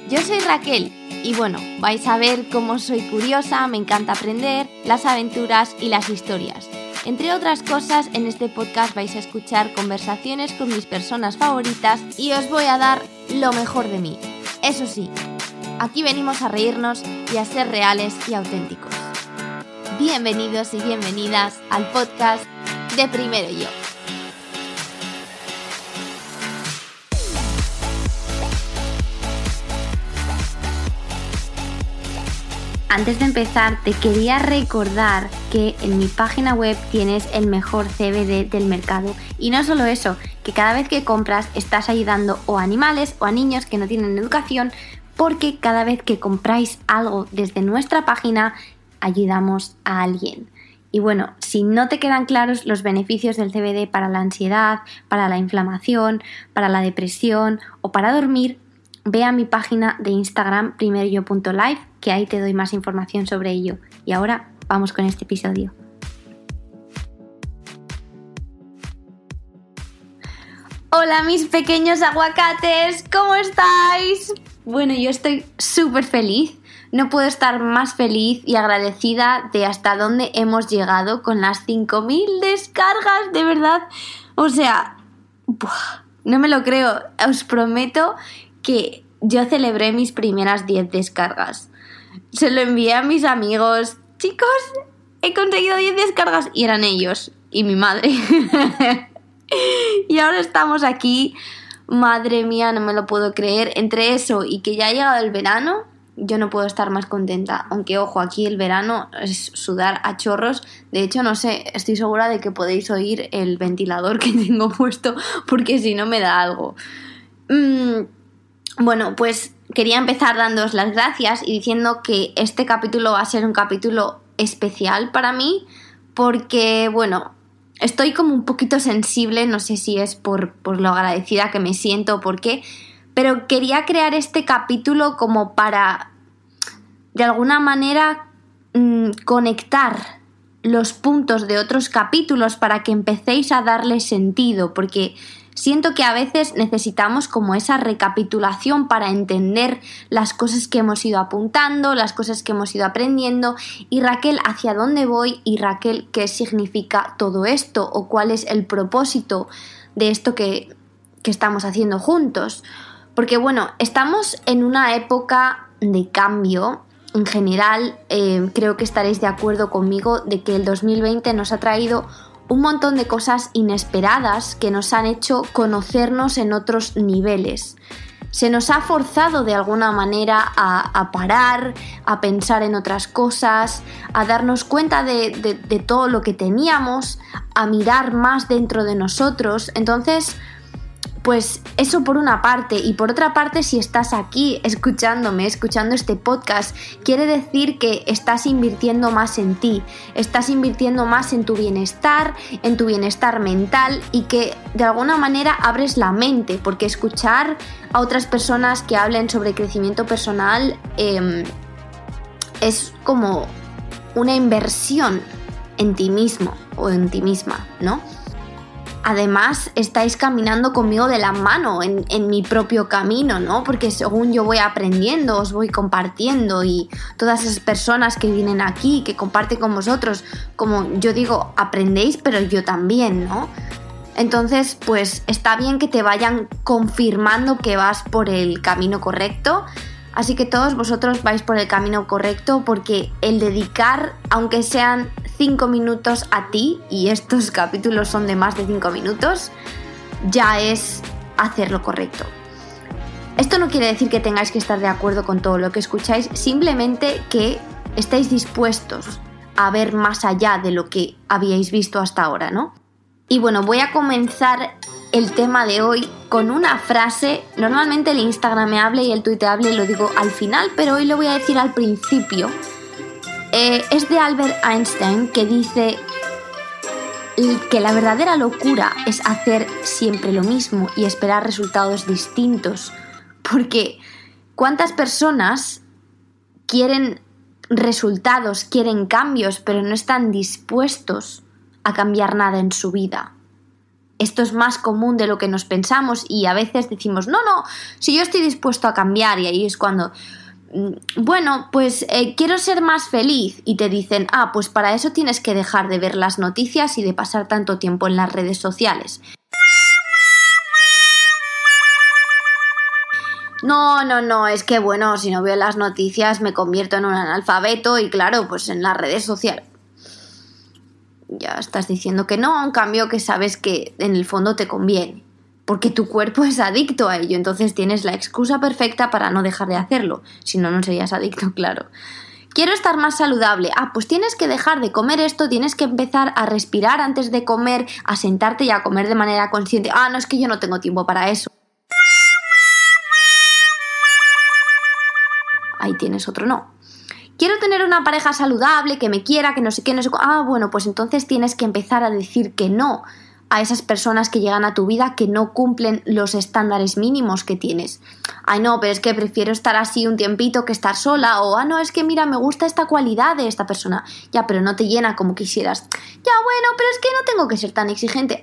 Yo soy Raquel y bueno, vais a ver cómo soy curiosa, me encanta aprender, las aventuras y las historias. Entre otras cosas, en este podcast vais a escuchar conversaciones con mis personas favoritas y os voy a dar lo mejor de mí. Eso sí, aquí venimos a reírnos y a ser reales y auténticos. Bienvenidos y bienvenidas al podcast de Primero Yo. Antes de empezar, te quería recordar que en mi página web tienes el mejor CBD del mercado. Y no solo eso, que cada vez que compras estás ayudando o a animales o a niños que no tienen educación, porque cada vez que compráis algo desde nuestra página, ayudamos a alguien. Y bueno, si no te quedan claros los beneficios del CBD para la ansiedad, para la inflamación, para la depresión o para dormir, ve a mi página de Instagram primeroyo.live, que ahí te doy más información sobre ello. Y ahora vamos con este episodio. Hola mis pequeños aguacates, ¿cómo estáis? Bueno, yo estoy súper feliz. No puedo estar más feliz y agradecida de hasta dónde hemos llegado con las 5.000 descargas, de verdad. O sea, no me lo creo. Os prometo que yo celebré mis primeras 10 descargas. Se lo envié a mis amigos. Chicos, he conseguido 10 descargas. Y eran ellos y mi madre. Y ahora estamos aquí. Madre mía, no me lo puedo creer. Entre eso y que ya ha llegado el verano, yo no puedo estar más contenta. Aunque, ojo, aquí el verano es sudar a chorros. De hecho, no sé, estoy segura de que podéis oír el ventilador que tengo puesto, porque si no me da algo. Bueno, pues quería empezar dándoos las gracias y diciendo que este capítulo va a ser un capítulo especial para mí porque, bueno, estoy como un poquito sensible, no sé si es por lo agradecida que me siento o por qué, pero quería crear este capítulo como para, de alguna manera, conectar los puntos de otros capítulos para que empecéis a darle sentido, porque siento que a veces necesitamos como esa recapitulación para entender las cosas que hemos ido apuntando, las cosas que hemos ido aprendiendo. Y Raquel, ¿hacia dónde voy? Y Raquel, ¿qué significa todo esto? ¿O cuál es el propósito de esto que estamos haciendo juntos? Porque bueno, estamos en una época de cambio. En general, creo que estaréis de acuerdo conmigo de que el 2020 nos ha traído un montón de cosas inesperadas que nos han hecho conocernos en otros niveles. Se nos ha forzado de alguna manera a parar, a pensar en otras cosas, a darnos cuenta de todo lo que teníamos, a mirar más dentro de nosotros. Entonces, pues eso por una parte, y por otra parte, si estás aquí escuchando este podcast, quiere decir que estás invirtiendo más en ti, estás invirtiendo más en tu bienestar mental, y que de alguna manera abres la mente, porque escuchar a otras personas que hablen sobre crecimiento personal es como una inversión en ti mismo o en ti misma, ¿no? Además, estáis caminando conmigo de la mano en mi propio camino, ¿no? Porque según yo voy aprendiendo, os voy compartiendo, y todas esas personas que vienen aquí, que comparten con vosotros, como yo digo, aprendéis, pero yo también, ¿no? Entonces, pues está bien que te vayan confirmando que vas por el camino correcto. Así que todos vosotros vais por el camino correcto, porque el dedicar, aunque sean 5 minutos a ti, y estos capítulos son de más de 5 minutos, ya es hacer lo correcto. Esto no quiere decir que tengáis que estar de acuerdo con todo lo que escucháis, simplemente que estéis dispuestos a ver más allá de lo que habíais visto hasta ahora, ¿no? Y bueno, voy a comenzar el tema de hoy con una frase. Normalmente el Instagram me hable y el Twitter hable y lo digo al final, pero hoy lo voy a decir al principio. Es de Albert Einstein, que dice que la verdadera locura es hacer siempre lo mismo y esperar resultados distintos. Porque ¿cuántas personas quieren resultados, quieren cambios, pero no están dispuestos a cambiar nada en su vida? esto es más común de lo que nos pensamos y a veces decimos, no, si yo estoy dispuesto a cambiar, y ahí es cuando, bueno, pues quiero ser más feliz, y te dicen, pues para eso tienes que dejar de ver las noticias y de pasar tanto tiempo en las redes sociales. No, es que bueno, si no veo las noticias me convierto en un analfabeto y claro, pues en las redes sociales. Ya estás diciendo que no, en cambio que sabes que en el fondo te conviene, porque tu cuerpo es adicto a ello, entonces tienes la excusa perfecta para no dejar de hacerlo, si no, no serías adicto, claro. Quiero estar más saludable, pues tienes que dejar de comer esto, tienes que empezar a respirar antes de comer, a sentarte y a comer de manera consciente. No, es que yo no tengo tiempo para eso. Ahí tienes otro no. Quiero tener una pareja saludable, que me quiera, que no sé qué, no sé cuál. Bueno, pues entonces tienes que empezar a decir que no a esas personas que llegan a tu vida que no cumplen los estándares mínimos que tienes. No, pero es que prefiero estar así un tiempito que estar sola. O, no, es que mira, me gusta esta cualidad de esta persona. Ya, pero no te llena como quisieras. Ya, bueno, pero es que no tengo que ser tan exigente.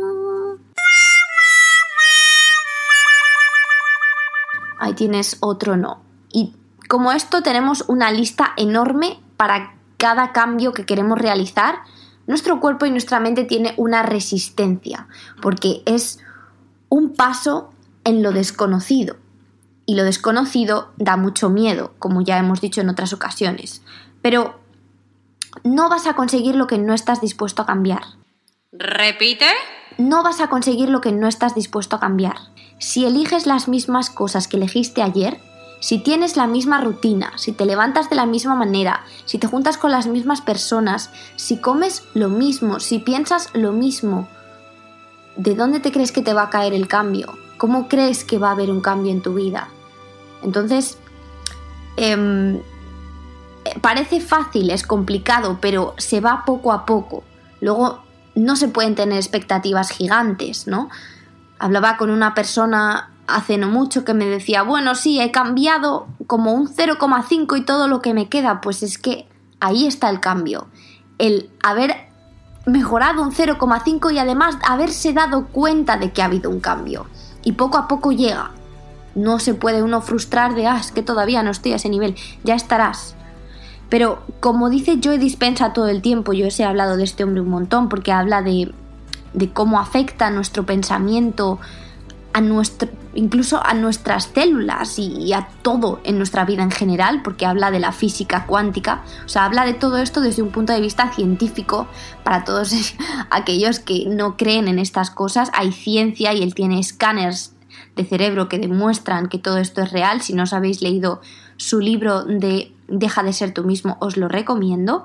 Ahí tienes otro no. Y como esto tenemos una lista enorme para cada cambio que queremos realizar, nuestro cuerpo y nuestra mente tienen una resistencia, porque es un paso en lo desconocido. Y lo desconocido da mucho miedo, como ya hemos dicho en otras ocasiones. Pero no vas a conseguir lo que no estás dispuesto a cambiar. ¿Repite? No vas a conseguir lo que no estás dispuesto a cambiar. Si eliges las mismas cosas que elegiste ayer, si tienes la misma rutina, si te levantas de la misma manera, si te juntas con las mismas personas, si comes lo mismo, si piensas lo mismo, ¿de dónde te crees que te va a caer el cambio? ¿Cómo crees que va a haber un cambio en tu vida? Entonces, parece fácil, es complicado, pero se va poco a poco. Luego, no se pueden tener expectativas gigantes, ¿no? Hablaba con una persona hace no mucho que me decía, bueno, sí, he cambiado como un 0,5 y todo lo que me queda, pues es que ahí está el cambio. El haber mejorado un 0,5 y además haberse dado cuenta de que ha habido un cambio. Y poco a poco llega. No se puede uno frustrar de, es que todavía no estoy a ese nivel, ya estarás. Pero como dice Joe Dispenza todo el tiempo, yo os he hablado de este hombre un montón porque habla de cómo afecta nuestro pensamiento incluso a nuestras células y a todo en nuestra vida en general, porque habla de la física cuántica, o sea, habla de todo esto desde un punto de vista científico. Para todos aquellos que no creen en estas cosas, hay ciencia y él tiene escáneres de cerebro que demuestran que todo esto es real. Si no os habéis leído su libro de Deja de ser tú mismo, os lo recomiendo.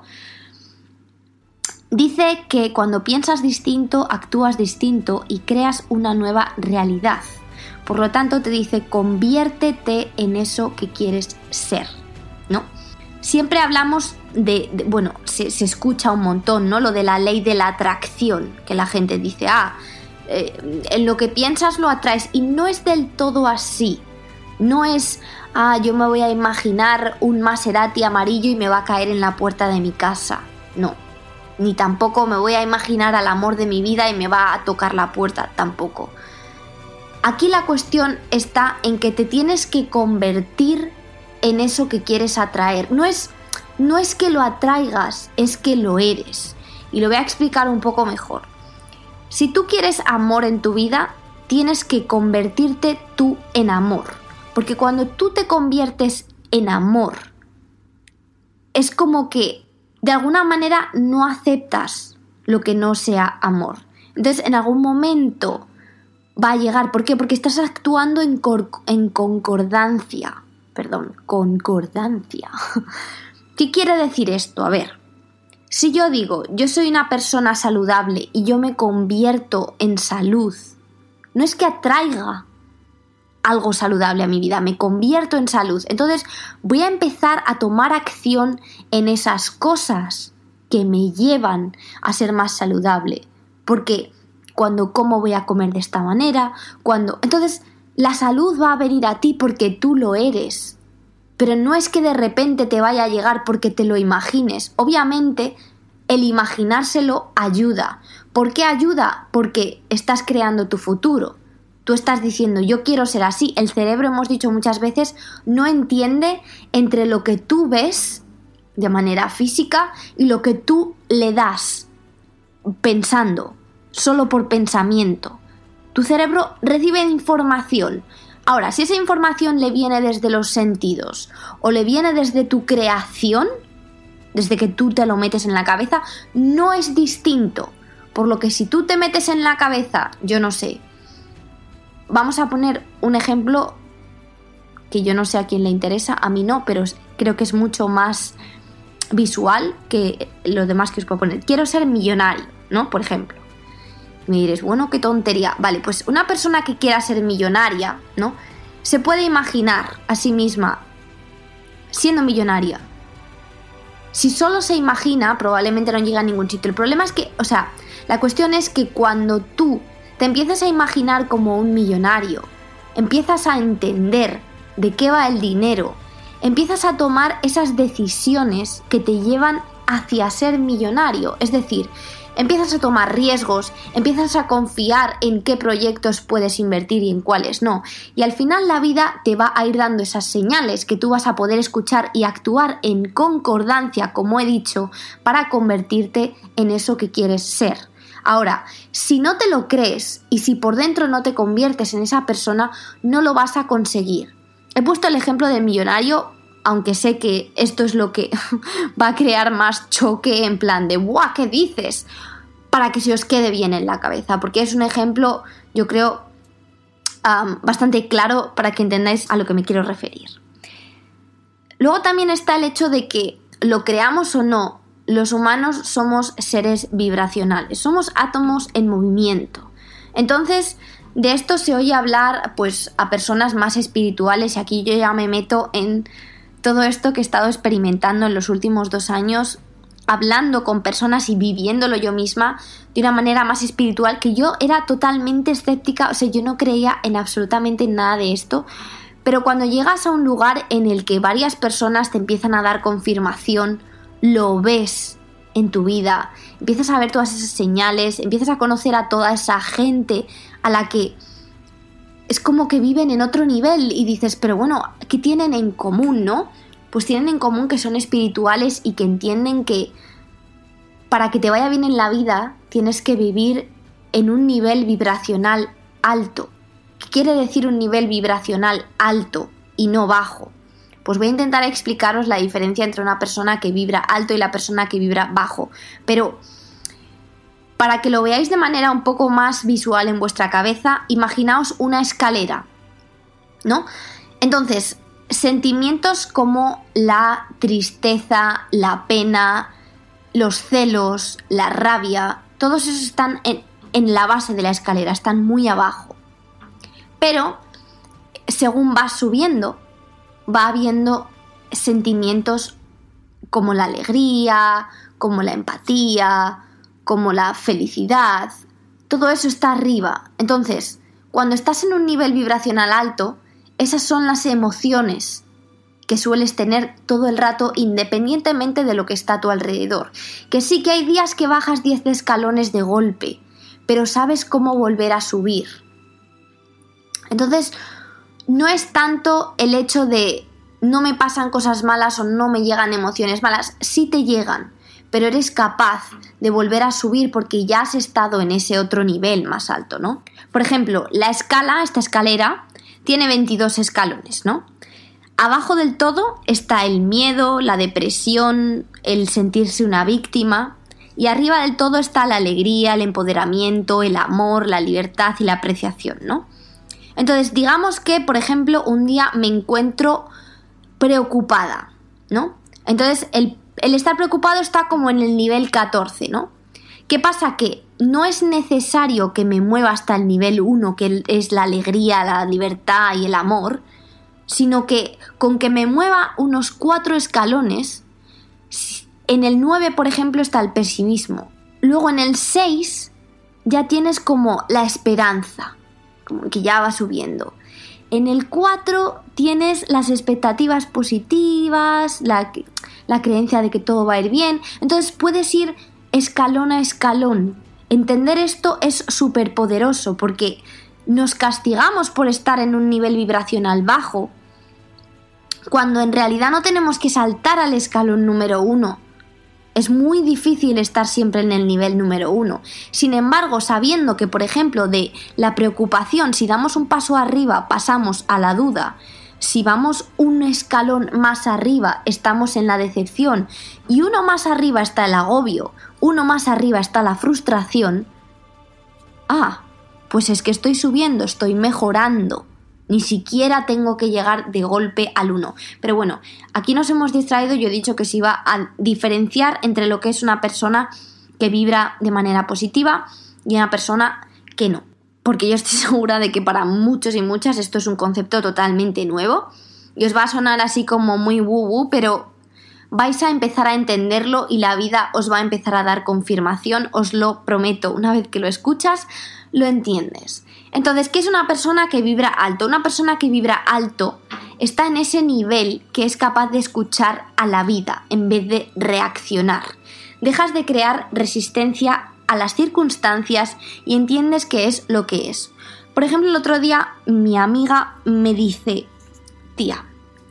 Dice que cuando piensas distinto, actúas distinto y creas una nueva realidad. Por lo tanto, te dice, conviértete en eso que quieres ser, ¿no? Siempre hablamos bueno, se escucha un montón, ¿no? Lo de la ley de la atracción, que la gente dice, en lo que piensas lo atraes, y no es del todo así. No es, yo me voy a imaginar un Maserati amarillo y me va a caer en la puerta de mi casa. No. Ni tampoco me voy a imaginar al amor de mi vida y me va a tocar la puerta, tampoco. Aquí la cuestión está en que te tienes que convertir en eso que quieres atraer. No es que lo atraigas, es que lo eres. Y lo voy a explicar un poco mejor. Si tú quieres amor en tu vida, tienes que convertirte tú en amor. Porque cuando tú te conviertes en amor, es como que de alguna manera no aceptas lo que no sea amor. Entonces en algún momento va a llegar. ¿Por qué? Porque estás actuando en concordancia. Concordancia. ¿Qué quiere decir esto? A ver, si yo digo, yo soy una persona saludable y yo me convierto en salud, no es que atraiga algo saludable a mi vida, me convierto en salud. Entonces voy a empezar a tomar acción en esas cosas que me llevan a ser más saludable. Porque cuando como voy a comer de esta manera, entonces la salud va a venir a ti porque tú lo eres. Pero no es que de repente te vaya a llegar porque te lo imagines. Obviamente el imaginárselo ayuda. ¿Por qué ayuda? Porque estás creando tu futuro. Tú estás diciendo, yo quiero ser así. El cerebro, hemos dicho muchas veces, no entiende entre lo que tú ves de manera física y lo que tú le das pensando, solo por pensamiento. Tu cerebro recibe información. Ahora, si esa información le viene desde los sentidos o le viene desde tu creación, desde que tú te lo metes en la cabeza, no es distinto. Por lo que si tú te metes en la cabeza, yo no sé, vamos a poner un ejemplo que yo no sé a quién le interesa, a mí no, pero creo que es mucho más visual que lo demás que os puedo poner. Quiero ser millonario, ¿no? Por ejemplo. Me diréis, bueno, qué tontería. Vale, pues una persona que quiera ser millonaria, ¿no? Se puede imaginar a sí misma siendo millonaria. Si solo se imagina, probablemente no llega a ningún sitio. El problema es que, la cuestión es que cuando tú te empiezas a imaginar como un millonario, empiezas a entender de qué va el dinero, empiezas a tomar esas decisiones que te llevan hacia ser millonario. Es decir, empiezas a tomar riesgos, empiezas a confiar en qué proyectos puedes invertir y en cuáles no. Y al final la vida te va a ir dando esas señales que tú vas a poder escuchar y actuar en concordancia, como he dicho, para convertirte en eso que quieres ser. Ahora, si no te lo crees y si por dentro no te conviertes en esa persona, no lo vas a conseguir. He puesto el ejemplo del millonario, aunque sé que esto es lo que va a crear más choque en plan de ¡buah! ¿Qué dices? Para que se os quede bien en la cabeza, porque es un ejemplo, yo creo, bastante claro para que entendáis a lo que me quiero referir. Luego también está el hecho de que, lo creamos o no, los humanos somos seres vibracionales, somos átomos en movimiento. Entonces, de esto se oye hablar pues a personas más espirituales, y aquí yo ya me meto en todo esto que he estado experimentando en los últimos 2 años, hablando con personas y viviéndolo yo misma de una manera más espiritual, que yo era totalmente escéptica, yo no creía en absolutamente nada de esto, pero cuando llegas a un lugar en el que varias personas te empiezan a dar confirmación, lo ves en tu vida, empiezas a ver todas esas señales, empiezas a conocer a toda esa gente a la que es como que viven en otro nivel y dices, pero bueno, ¿qué tienen en común, no? Pues tienen en común que son espirituales y que entienden que para que te vaya bien en la vida tienes que vivir en un nivel vibracional alto. ¿Qué quiere decir un nivel vibracional alto y no bajo? Pues voy a intentar explicaros la diferencia entre una persona que vibra alto y la persona que vibra bajo. Pero para que lo veáis de manera un poco más visual en vuestra cabeza, imaginaos una escalera, ¿no? Entonces, sentimientos como la tristeza, la pena, los celos, la rabia, todos esos están en la base de la escalera, están muy abajo. Pero, según vas subiendo, va habiendo sentimientos como la alegría, como la empatía, como la felicidad. Todo eso está arriba. Entonces, cuando estás en un nivel vibracional alto, esas son las emociones que sueles tener todo el rato, independientemente de lo que está a tu alrededor. Que sí que hay días que bajas 10 escalones de golpe, pero sabes cómo volver a subir. Entonces, no es tanto el hecho de no me pasan cosas malas o no me llegan emociones malas, sí te llegan, pero eres capaz de volver a subir porque ya has estado en ese otro nivel más alto, ¿no? Por ejemplo, esta escalera, tiene 22 escalones, ¿no? Abajo del todo está el miedo, la depresión, el sentirse una víctima, y arriba del todo está la alegría, el empoderamiento, el amor, la libertad y la apreciación, ¿no? Entonces, digamos que, por ejemplo, un día me encuentro preocupada, ¿no? Entonces, el estar preocupado está como en el nivel 14, ¿no? ¿Qué pasa? Que no es necesario que me mueva hasta el nivel 1, que es la alegría, la libertad y el amor, sino que con que me mueva unos 4 escalones, en el 9, por ejemplo, está el pesimismo. Luego en el 6 ya tienes como la esperanza, como que ya va subiendo. En el 4 tienes las expectativas positivas, la creencia de que todo va a ir bien. Entonces puedes ir escalón a escalón. Entender esto es súper poderoso porque nos castigamos por estar en un nivel vibracional bajo, cuando en realidad no tenemos que saltar al escalón número 1. Es muy difícil estar siempre en el nivel número 1. Sin embargo, sabiendo que, por ejemplo, de la preocupación, si damos un paso arriba, pasamos a la duda. Si vamos un escalón más arriba, estamos en la decepción. Y uno más arriba está el agobio. Uno más arriba está la frustración. Pues es que estoy subiendo, estoy mejorando. Ni siquiera tengo que llegar de golpe al 1. Pero bueno, aquí nos hemos distraído. Yo he dicho que se iba a diferenciar entre lo que es una persona que vibra de manera positiva y una persona que no. Porque yo estoy segura de que para muchos y muchas esto es un concepto totalmente nuevo. Y os va a sonar así como muy woo-woo, pero vais a empezar a entenderlo y la vida os va a empezar a dar confirmación. Os lo prometo, una vez que lo escuchas, lo entiendes. Entonces, ¿qué es una persona que vibra alto? Una persona que vibra alto está en ese nivel que es capaz de escuchar a la vida en vez de reaccionar. Dejas de crear resistencia a las circunstancias y entiendes qué es lo que es. Por ejemplo, el otro día mi amiga me dice: tía,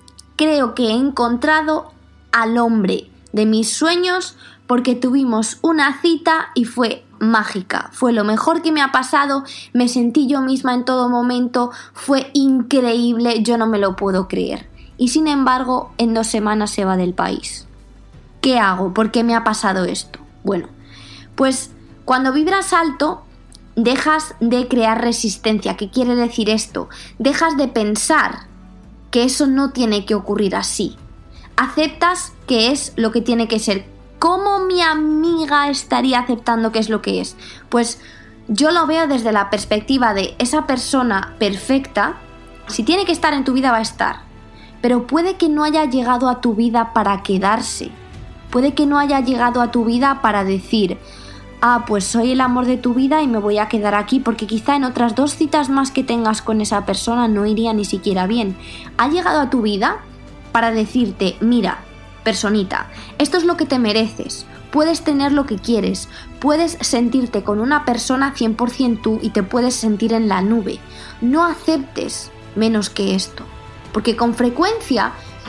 creo que he encontrado al hombre de mis sueños porque tuvimos una cita y fue mágica, fue lo mejor que me ha pasado, me sentí yo misma en todo momento, fue increíble, yo no me lo puedo creer. Y sin embargo, en 2 semanas se va del país. ¿Qué hago? ¿Por qué me ha pasado esto? Bueno, pues cuando vibras alto, dejas de crear resistencia. ¿Qué quiere decir esto? Dejas de pensar que eso no tiene que ocurrir así. Aceptas que es lo que tiene que ser. ¿Cómo mi amiga estaría aceptando qué es lo que es? Pues yo lo veo desde la perspectiva de esa persona perfecta. Si tiene que estar en tu vida, va a estar. Pero puede que no haya llegado a tu vida para quedarse. Puede que no haya llegado a tu vida para decir: pues soy el amor de tu vida y me voy a quedar aquí, porque quizá en otras 2 citas más que tengas con esa persona no iría ni siquiera bien. Ha llegado a tu vida para decirte: mira, personita, esto es lo que te mereces, puedes tener lo que quieres, puedes sentirte con una persona 100% tú y te puedes sentir en la nube. No aceptes menos que esto, porque con frecuencia,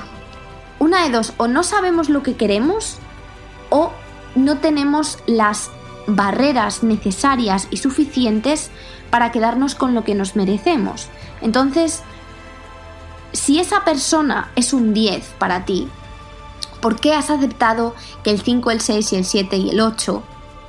una de dos, o no sabemos lo que queremos o no tenemos las barreras necesarias y suficientes para quedarnos con lo que nos merecemos. Entonces, si esa persona es un 10 para ti, ¿por qué has aceptado que el 5, el 6 y el 7 y el 8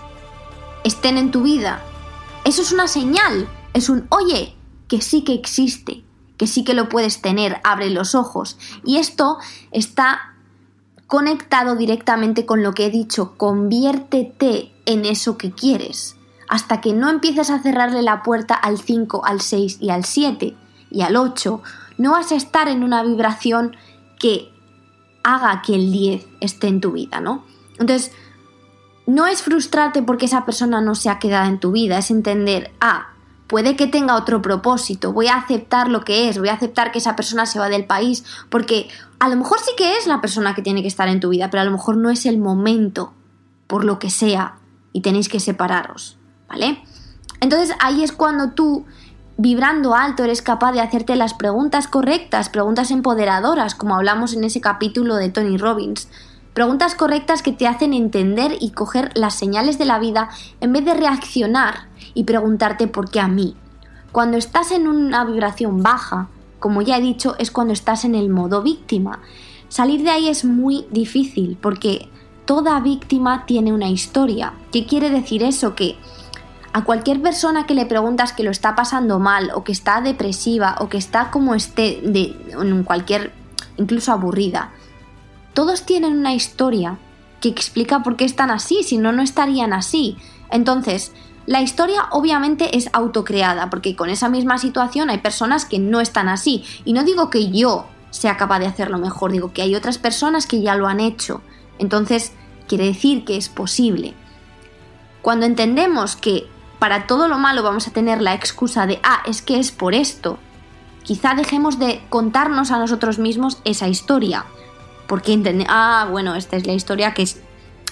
estén en tu vida? Eso es una señal, es un oye, que sí que existe, que sí que lo puedes tener, abre los ojos. Y esto está conectado directamente con lo que he dicho: conviértete en eso que quieres. Hasta que no empieces a cerrarle la puerta al 5, al 6 y al 7 y al 8, no vas a estar en una vibración que haga que el 10 esté en tu vida, ¿no? Entonces, no es frustrarte porque esa persona no se ha quedado en tu vida, es entender: puede que tenga otro propósito, voy a aceptar lo que es, voy a aceptar que esa persona se va del país, porque a lo mejor sí que es la persona que tiene que estar en tu vida, pero a lo mejor no es el momento, por lo que sea, y tenéis que separaros, ¿vale? Entonces ahí es cuando tú, vibrando alto, eres capaz de hacerte las preguntas correctas, preguntas empoderadoras, como hablamos en ese capítulo de Tony Robbins. Preguntas correctas que te hacen entender y coger las señales de la vida en vez de reaccionar y preguntarte ¿por qué a mí? Cuando estás en una vibración baja, como ya he dicho, es cuando estás en el modo víctima. Salir de ahí es muy difícil porque toda víctima tiene una historia. ¿Qué quiere decir eso? Que a cualquier persona que le preguntas que lo está pasando mal o que está depresiva o que está como esté, en cualquier, incluso aburrida, todos tienen una historia que explica por qué están así, si no, no estarían así. Entonces, la historia obviamente es autocreada, porque con esa misma situación hay personas que no están así. Y no digo que yo sea capaz de hacerlo mejor, digo que hay otras personas que ya lo han hecho. Entonces, quiere decir que es posible. Cuando entendemos que para todo lo malo vamos a tener la excusa de es que es por esto, quizá dejemos de contarnos a nosotros mismos esa historia. Porque esta es la historia que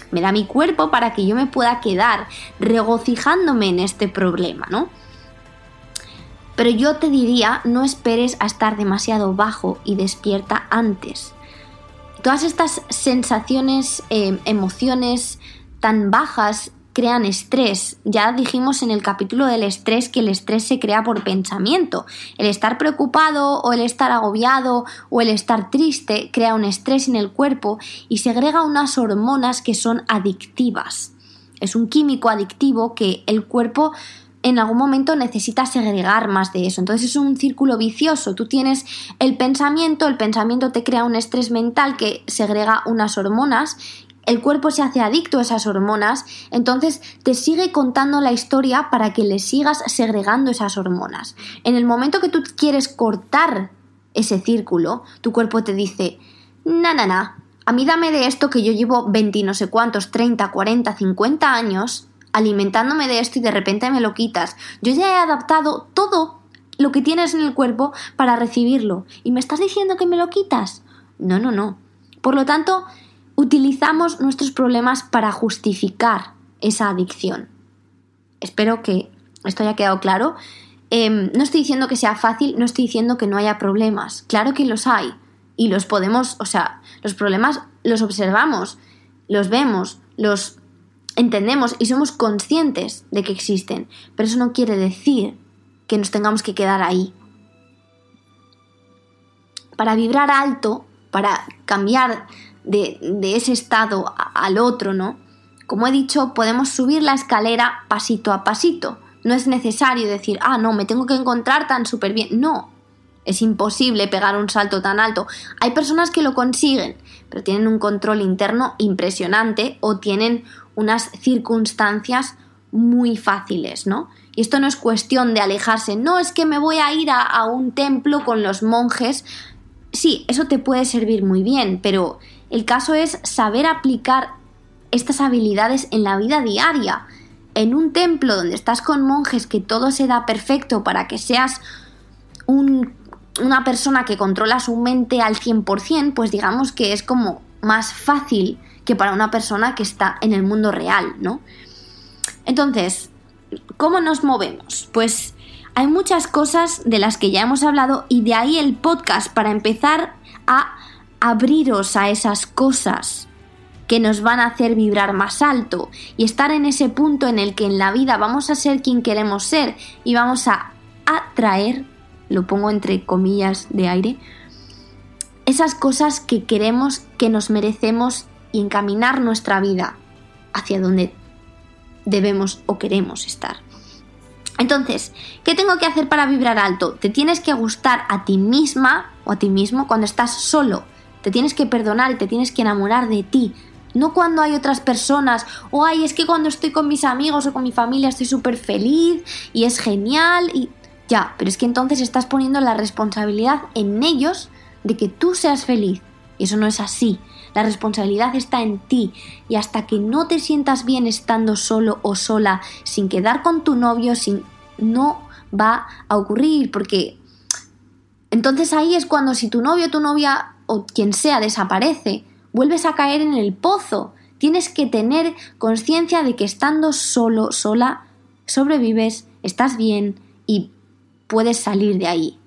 me da mi cuerpo para que yo me pueda quedar regocijándome en este problema, ¿no? Pero yo te diría, no esperes a estar demasiado bajo y despierta antes. Todas estas sensaciones, emociones tan bajas crean estrés. Ya dijimos en el capítulo del estrés que el estrés se crea por pensamiento. El estar preocupado o el estar agobiado o el estar triste crea un estrés en el cuerpo y segrega unas hormonas que son adictivas. Es un químico adictivo que el cuerpo en algún momento necesita segregar más de eso. Entonces es un círculo vicioso. Tú tienes el pensamiento te crea un estrés mental que segrega unas hormonas, el cuerpo se hace adicto a esas hormonas, entonces te sigue contando la historia para que le sigas segregando esas hormonas. En el momento que tú quieres cortar ese círculo, tu cuerpo te dice, a mí dame de esto que yo llevo 20 no sé cuántos, 30, 40, 50 años alimentándome de esto y de repente me lo quitas. Yo ya he adaptado todo lo que tienes en el cuerpo para recibirlo. ¿Y me estás diciendo que me lo quitas? No. Por lo tanto, utilizamos nuestros problemas para justificar esa adicción. Espero que esto haya quedado claro. No estoy diciendo que sea fácil, no estoy diciendo que no haya problemas. Claro que los hay. Y los podemos, los problemas los observamos, los vemos, los entendemos y somos conscientes de que existen, pero eso no quiere decir que nos tengamos que quedar ahí. Para vibrar alto, para cambiar de ese estado al otro, ¿no? Como he dicho, podemos subir la escalera pasito a pasito. No es necesario decir, no, me tengo que encontrar tan súper bien. No, es imposible pegar un salto tan alto. Hay personas que lo consiguen, pero tienen un control interno impresionante o tienen unas circunstancias muy fáciles, ¿no? Y esto no es cuestión de alejarse. No, es que me voy a ir a un templo con los monjes. Sí, eso te puede servir muy bien, pero el caso es saber aplicar estas habilidades en la vida diaria. En un templo donde estás con monjes que todo se da perfecto para que seas una persona que controla su mente al 100%, pues digamos que es como más fácil que para una persona que está en el mundo real, ¿no? Entonces, ¿cómo nos movemos? Pues hay muchas cosas de las que ya hemos hablado y de ahí el podcast para empezar a abriros a esas cosas que nos van a hacer vibrar más alto y estar en ese punto en el que en la vida vamos a ser quien queremos ser y vamos a atraer, lo pongo entre comillas de aire, esas cosas que queremos, que nos merecemos y encaminar nuestra vida hacia donde debemos o queremos estar. Entonces, ¿qué tengo que hacer para vibrar alto? Te tienes que gustar a ti misma o a ti mismo cuando estás solo. Te tienes que perdonar y te tienes que enamorar de ti. No cuando hay otras personas o es que cuando estoy con mis amigos o con mi familia estoy súper feliz y es genial y ya, pero es que entonces estás poniendo la responsabilidad en ellos de que tú seas feliz. Y eso no es así. La responsabilidad está en ti y hasta que no te sientas bien estando solo o sola, sin quedar con tu novio, no va a ocurrir, porque entonces ahí es cuando si tu novio, tu novia o quien sea desaparece, vuelves a caer en el pozo. Tienes que tener conciencia de que estando solo, sola, sobrevives, estás bien y puedes salir de ahí.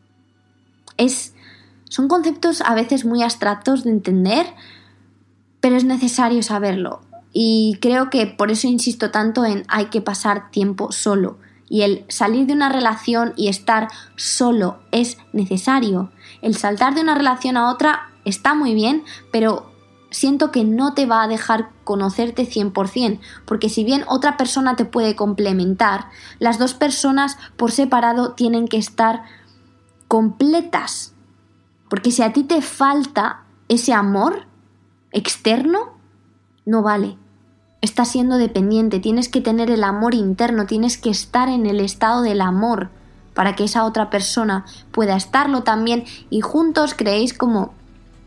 Son conceptos a veces muy abstractos de entender, pero es necesario saberlo. Y creo que por eso insisto tanto en hay que pasar tiempo solo. Y el salir de una relación y estar solo es necesario. El saltar de una relación a otra está muy bien, pero siento que no te va a dejar conocerte 100%, porque si bien otra persona te puede complementar, las dos personas por separado tienen que estar completas. Porque si a ti te falta ese amor externo, no vale. Estás siendo dependiente, tienes que tener el amor interno, tienes que estar en el estado del amor para que esa otra persona pueda estarlo también y juntos creéis como...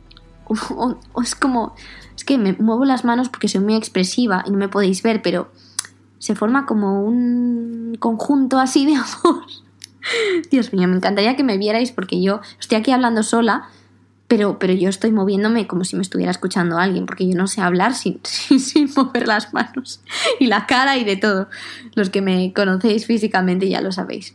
Es que me muevo las manos porque soy muy expresiva y no me podéis ver, pero se forma como un conjunto así de amor. Dios mío, me encantaría que me vierais porque yo estoy aquí hablando sola, pero yo estoy moviéndome como si me estuviera escuchando alguien, porque yo no sé hablar sin mover las manos y la cara y de todo. Los que me conocéis físicamente ya lo sabéis.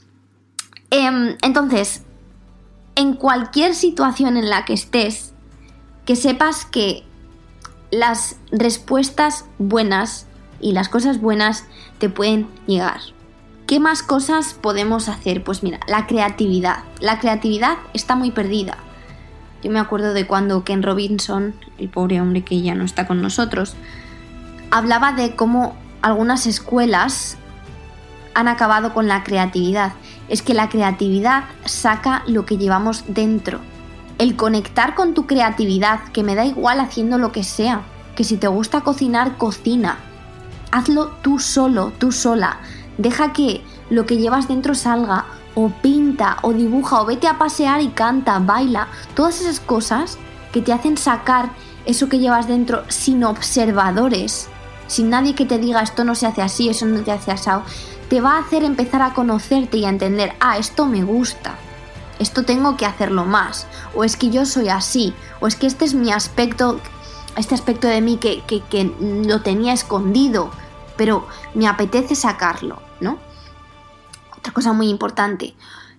Entonces, en cualquier situación en la que estés, que sepas que las respuestas buenas y las cosas buenas te pueden llegar. ¿Qué más cosas podemos hacer? Pues mira, la creatividad. La creatividad está muy perdida. Yo me acuerdo de cuando Ken Robinson, el pobre hombre que ya no está con nosotros, hablaba de cómo algunas escuelas han acabado con la creatividad. Es que la creatividad saca lo que llevamos dentro. El conectar con tu creatividad, que me da igual haciendo lo que sea, que si te gusta cocinar, cocina. Hazlo tú solo, tú sola. Deja que lo que llevas dentro salga, o pinta, o dibuja, o vete a pasear y canta, baila. Todas esas cosas que te hacen sacar eso que llevas dentro sin observadores, sin nadie que te diga esto no se hace así, eso no te hace asado, te va a hacer empezar a conocerte y a entender, esto me gusta, esto tengo que hacerlo más, o es que yo soy así, o es que este es mi aspecto, este aspecto de mí que lo tenía escondido, pero me apetece sacarlo, ¿no? Otra cosa muy importante.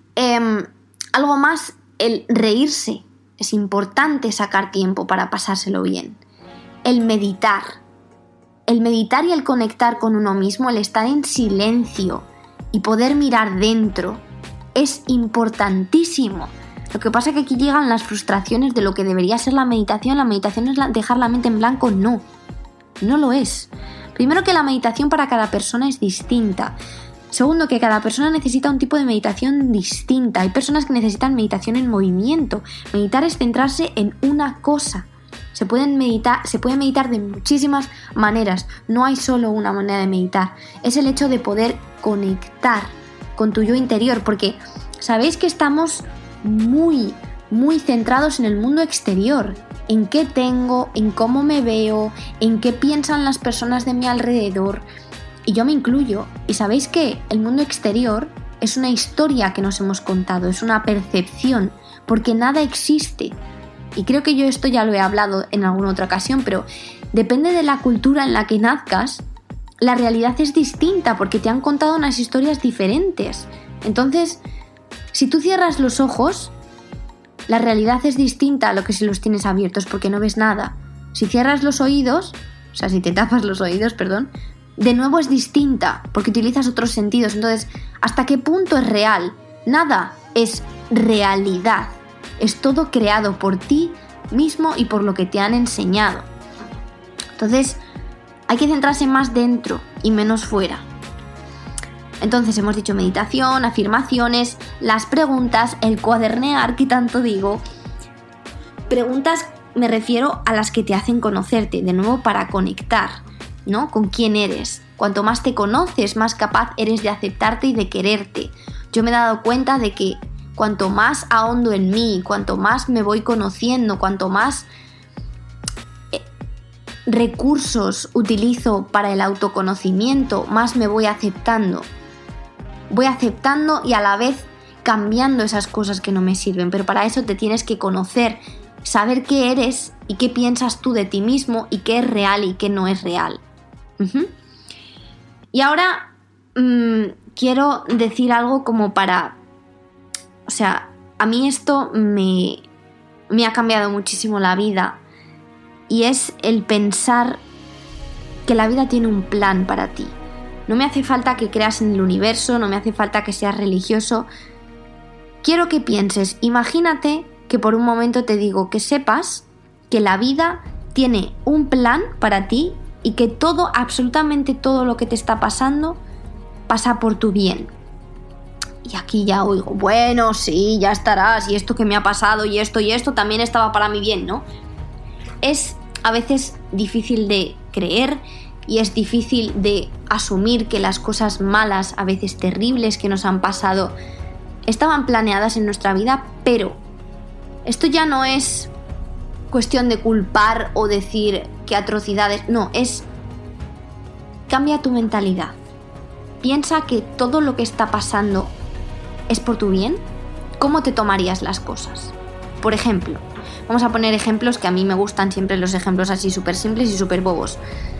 Algo más, el reírse. Es importante sacar tiempo para pasárselo bien. El meditar. El meditar y el conectar con uno mismo, el estar en silencio y poder mirar dentro es importantísimo. Lo que pasa es que aquí llegan las frustraciones de lo que debería ser la meditación. La meditación es dejar la mente en blanco. No, no lo es. Primero, que la meditación para cada persona es distinta. Segundo, que cada persona necesita un tipo de meditación distinta. Hay personas que necesitan meditación en movimiento. Meditar es centrarse en una cosa. Se puede meditar de muchísimas maneras. No hay solo una manera de meditar. Es el hecho de poder conectar con tu yo interior, porque sabéis que estamos muy, muy centrados en el mundo exterior. En qué tengo, en cómo me veo, en qué piensan las personas de mi alrededor. Y yo me incluyo. Y sabéis que el mundo exterior es una historia que nos hemos contado, es una percepción, porque nada existe. Y creo que yo esto ya lo he hablado en alguna otra ocasión, pero depende de la cultura en la que nazcas, la realidad es distinta porque te han contado unas historias diferentes. Entonces, si tú cierras los ojos, la realidad es distinta a lo que si los tienes abiertos porque no ves nada. Si cierras los oídos, o sea, si te tapas los oídos, perdón, de nuevo es distinta porque utilizas otros sentidos. Entonces, ¿hasta qué punto es real? Nada es realidad. Es todo creado por ti mismo y por lo que te han enseñado. Entonces, hay que centrarse más dentro y menos fuera. Entonces, hemos dicho meditación, afirmaciones, las preguntas, el cuadernear, que tanto digo. Preguntas me refiero a las que te hacen conocerte, de nuevo para conectar, ¿no? Con quién eres. Cuanto más te conoces, más capaz eres de aceptarte y de quererte. Yo me he dado cuenta de que cuanto más ahondo en mí, cuanto más me voy conociendo, cuanto más recursos utilizo para el autoconocimiento, más me voy aceptando. Voy aceptando y a la vez cambiando esas cosas que no me sirven. Pero para eso te tienes que conocer, saber qué eres y qué piensas tú de ti mismo y qué es real y qué no es real. Y ahora quiero decir algo como para... O sea, a mí esto me ha cambiado muchísimo la vida y es el pensar que la vida tiene un plan para ti. No me hace falta que creas en el universo, no me hace falta que seas religioso. Quiero que pienses, imagínate que por un momento te digo que sepas que la vida tiene un plan para ti y que todo, absolutamente todo lo que te está pasando, pasa por tu bien. Y aquí ya oigo, bueno, sí, ya estarás, y esto que me ha pasado, y esto también estaba para mi bien, ¿no? Es a veces difícil de creer y es difícil de asumir que las cosas malas, a veces terribles que nos han pasado, estaban planeadas en nuestra vida, pero esto ya no es cuestión de culpar o decir qué atrocidades, no, es cambia tu mentalidad. Piensa que todo lo que está pasando es por tu bien. ¿Cómo te tomarías las cosas? Por ejemplo, vamos a poner ejemplos que a mí me gustan siempre, los ejemplos así súper simples y súper bobos.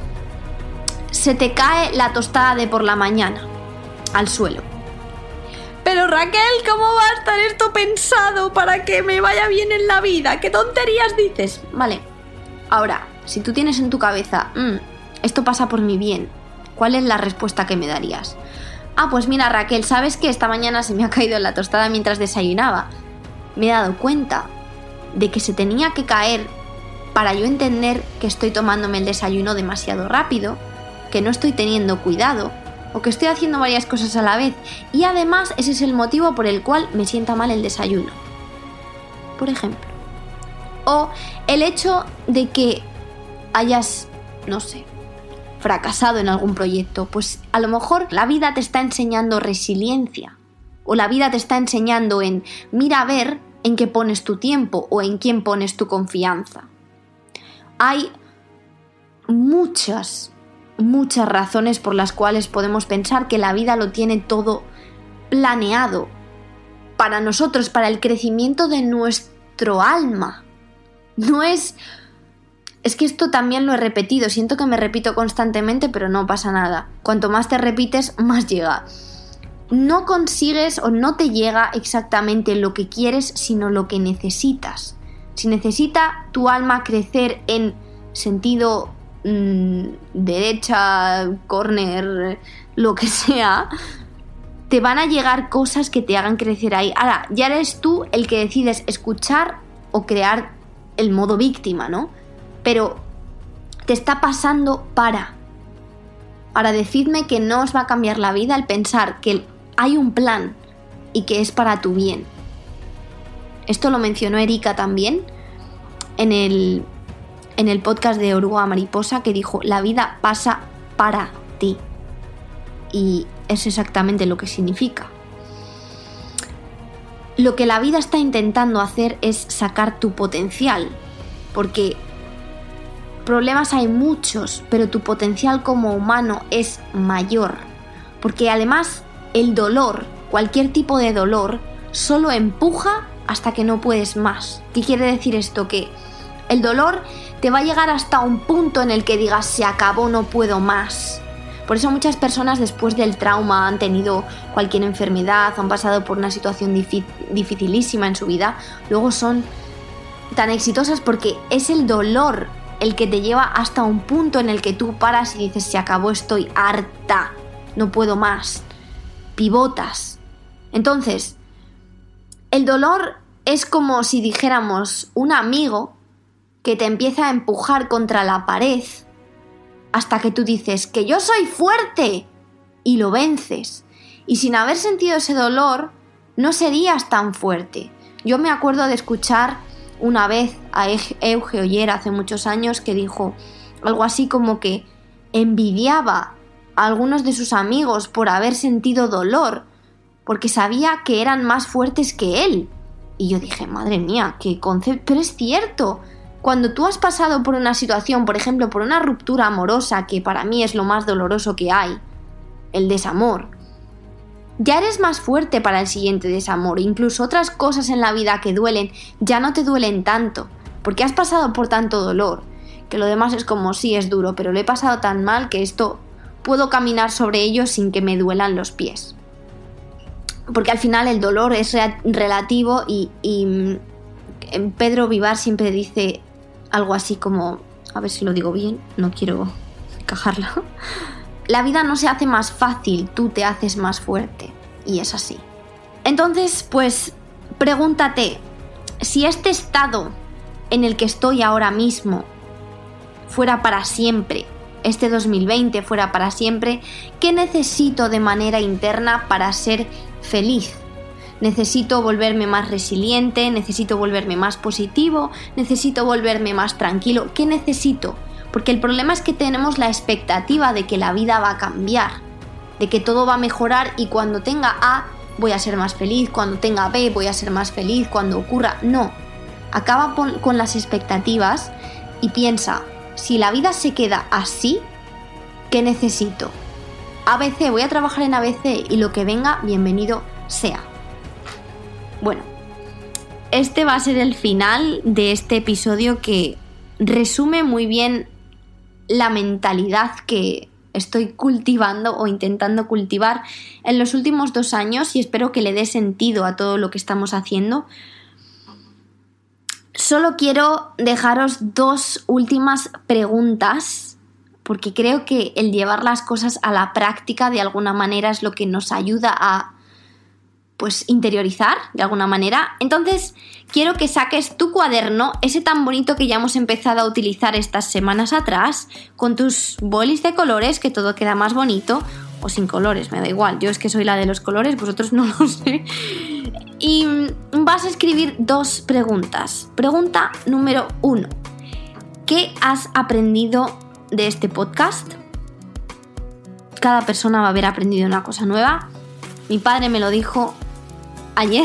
Se te cae la tostada de por la mañana al suelo. Pero Raquel, ¿cómo va a estar esto pensado para que me vaya bien en la vida? ¿Qué tonterías dices? Vale, ahora, si tú tienes en tu cabeza, esto pasa por mi bien, ¿cuál es la respuesta que me darías? Ah, pues mira Raquel, ¿sabes que esta mañana se me ha caído la tostada mientras desayunaba? Me he dado cuenta de que se tenía que caer para yo entender que estoy tomándome el desayuno demasiado rápido, que no estoy teniendo cuidado o que estoy haciendo varias cosas a la vez y además ese es el motivo por el cual me sienta mal el desayuno, por ejemplo. O el hecho de que hayas, no sé, fracasado en algún proyecto, pues a lo mejor la vida te está enseñando resiliencia o la vida te está enseñando en mira a ver en qué pones tu tiempo o en quién pones tu confianza. Hay muchas razones por las cuales podemos pensar que la vida lo tiene todo planeado para nosotros, para el crecimiento de nuestro alma. No es que esto también lo he repetido, siento que me repito constantemente, pero no pasa nada. Cuanto más te repites, más llega. No consigues o no te llega exactamente lo que quieres, sino lo que necesitas. Si necesita tu alma crecer en sentido derecha, corner, lo que sea, te van a llegar cosas que te hagan crecer ahí. Ahora, ya eres tú el que decides escuchar o crear el modo víctima, ¿no? Pero te está pasando para. Ahora, decidme que no os va a cambiar la vida el pensar que hay un plan y que es para tu bien. Esto lo mencionó Erika también en el podcast de Oruga Mariposa, que dijo, la vida pasa para ti. Y es exactamente lo que significa. Lo que la vida está intentando hacer es sacar tu potencial, porque problemas hay muchos, pero tu potencial como humano es mayor, porque además el dolor, cualquier tipo de dolor, solo empuja hasta que no puedes más. ¿Qué quiere decir esto? Que el dolor te va a llegar hasta un punto en el que digas, se acabó, no puedo más. Por eso muchas personas después del trauma han tenido cualquier enfermedad, han pasado por una situación dificilísima en su vida, luego son tan exitosas porque es el dolor el que te lleva hasta un punto en el que tú paras y dices, se acabó, estoy harta, no puedo más. Pivotas. Entonces, el dolor es como si dijéramos un amigo que te empieza a empujar contra la pared hasta que tú dices que yo soy fuerte y lo vences. Y sin haber sentido ese dolor, no serías tan fuerte. Yo me acuerdo de escuchar una vez a Euge Oller hace muchos años que dijo algo así como que envidiaba a algunos de sus amigos por haber sentido dolor, porque sabía que eran más fuertes que él. Y yo dije, madre mía, qué concepto. Pero es cierto, cuando tú has pasado por una situación, por ejemplo, por una ruptura amorosa, que para mí es lo más doloroso que hay, el desamor, ya eres más fuerte para el siguiente desamor. Incluso otras cosas en la vida que duelen, ya no te duelen tanto, porque has pasado por tanto dolor, que lo demás es como, sí, es duro, pero lo he pasado tan mal que esto puedo caminar sobre ello sin que me duelan los pies. Porque al final el dolor es relativo y Pedro Vivar siempre dice algo así como, a ver si lo digo bien, no quiero cajarla. La vida no se hace más fácil, tú te haces más fuerte. Y es así. Entonces, pues, pregúntate, si este estado en el que estoy ahora mismo fuera para siempre, este 2020 fuera para siempre, ¿qué necesito de manera interna para ser feliz? Necesito volverme más resiliente, necesito volverme más positivo, necesito volverme más tranquilo. ¿Qué necesito? Porque el problema es que tenemos la expectativa de que la vida va a cambiar, de que todo va a mejorar y cuando tenga A voy a ser más feliz, cuando tenga B voy a ser más feliz, cuando ocurra... No, acaba con las expectativas y piensa, si la vida se queda así, ¿qué necesito? ABC, voy a trabajar en ABC y lo que venga, bienvenido sea. Bueno, este va a ser el final de este episodio que resume muy bien la mentalidad que estoy cultivando o intentando cultivar en los últimos 2 años, y espero que le dé sentido a todo lo que estamos haciendo. Solo quiero dejaros 2 últimas preguntas, porque creo que el llevar las cosas a la práctica de alguna manera es lo que nos ayuda a interiorizar de alguna manera. Entonces quiero que saques tu cuaderno, ese tan bonito que ya hemos empezado a utilizar estas semanas atrás, con tus bolis de colores, que todo queda más bonito, o sin colores, me da igual, yo es que soy la de los colores, vosotros no lo sé. Y vas a escribir 2 preguntas. Pregunta número 1: ¿qué has aprendido de este podcast? Cada persona va a haber aprendido una cosa nueva. Mi padre me lo dijo ayer.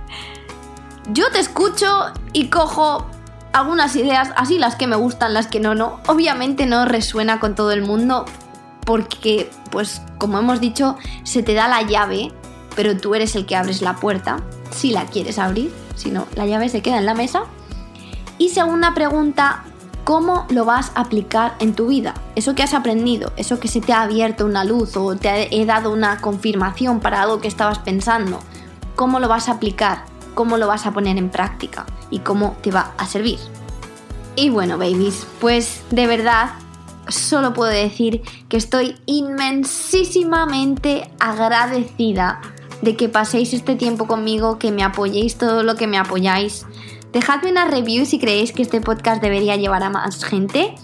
Yo te escucho y cojo algunas ideas, así las que me gustan, las que no. Obviamente no resuena con todo el mundo porque, como hemos dicho, se te da la llave, pero tú eres el que abres la puerta, si la quieres abrir, si no, la llave se queda en la mesa. Y segunda pregunta: ¿cómo lo vas a aplicar en tu vida? Eso que has aprendido, eso que se te ha abierto una luz o te he dado una confirmación para algo que estabas pensando, ¿cómo lo vas a aplicar? ¿Cómo lo vas a poner en práctica? ¿Y cómo te va a servir? Y bueno, babies, pues de verdad solo puedo decir que estoy inmensísimamente agradecida de que paséis este tiempo conmigo, que me apoyéis todo lo que me apoyáis. Dejadme una review si creéis que este podcast debería llevar a más gente.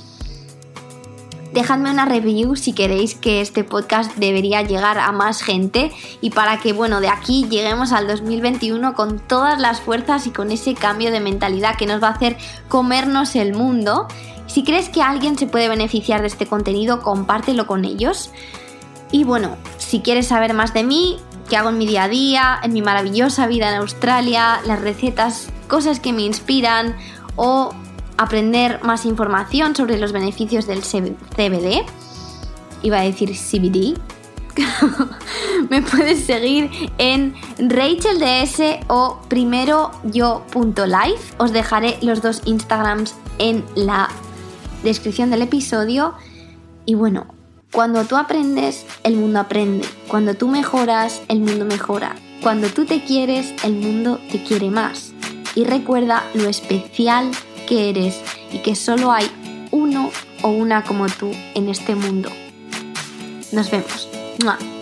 Dejadme una review si queréis que este podcast debería llegar a más gente, y para que, de aquí lleguemos al 2021 con todas las fuerzas y con ese cambio de mentalidad que nos va a hacer comernos el mundo. Si crees que alguien se puede beneficiar de este contenido, compártelo con ellos. Y si quieres saber más de mí, qué hago en mi día a día, en mi maravillosa vida en Australia, las recetas, cosas que me inspiran, o aprender más información sobre los beneficios del CBD, iba a decir CBD, me puedes seguir en RachelDS o primeroyo.life. Os dejaré los 2 Instagrams en la descripción del episodio. Y cuando tú aprendes, el mundo aprende. Cuando tú mejoras, el mundo mejora. Cuando tú te quieres, el mundo te quiere más. Y recuerda lo especial que eres y que solo hay uno o una como tú en este mundo. Nos vemos. ¡Mua!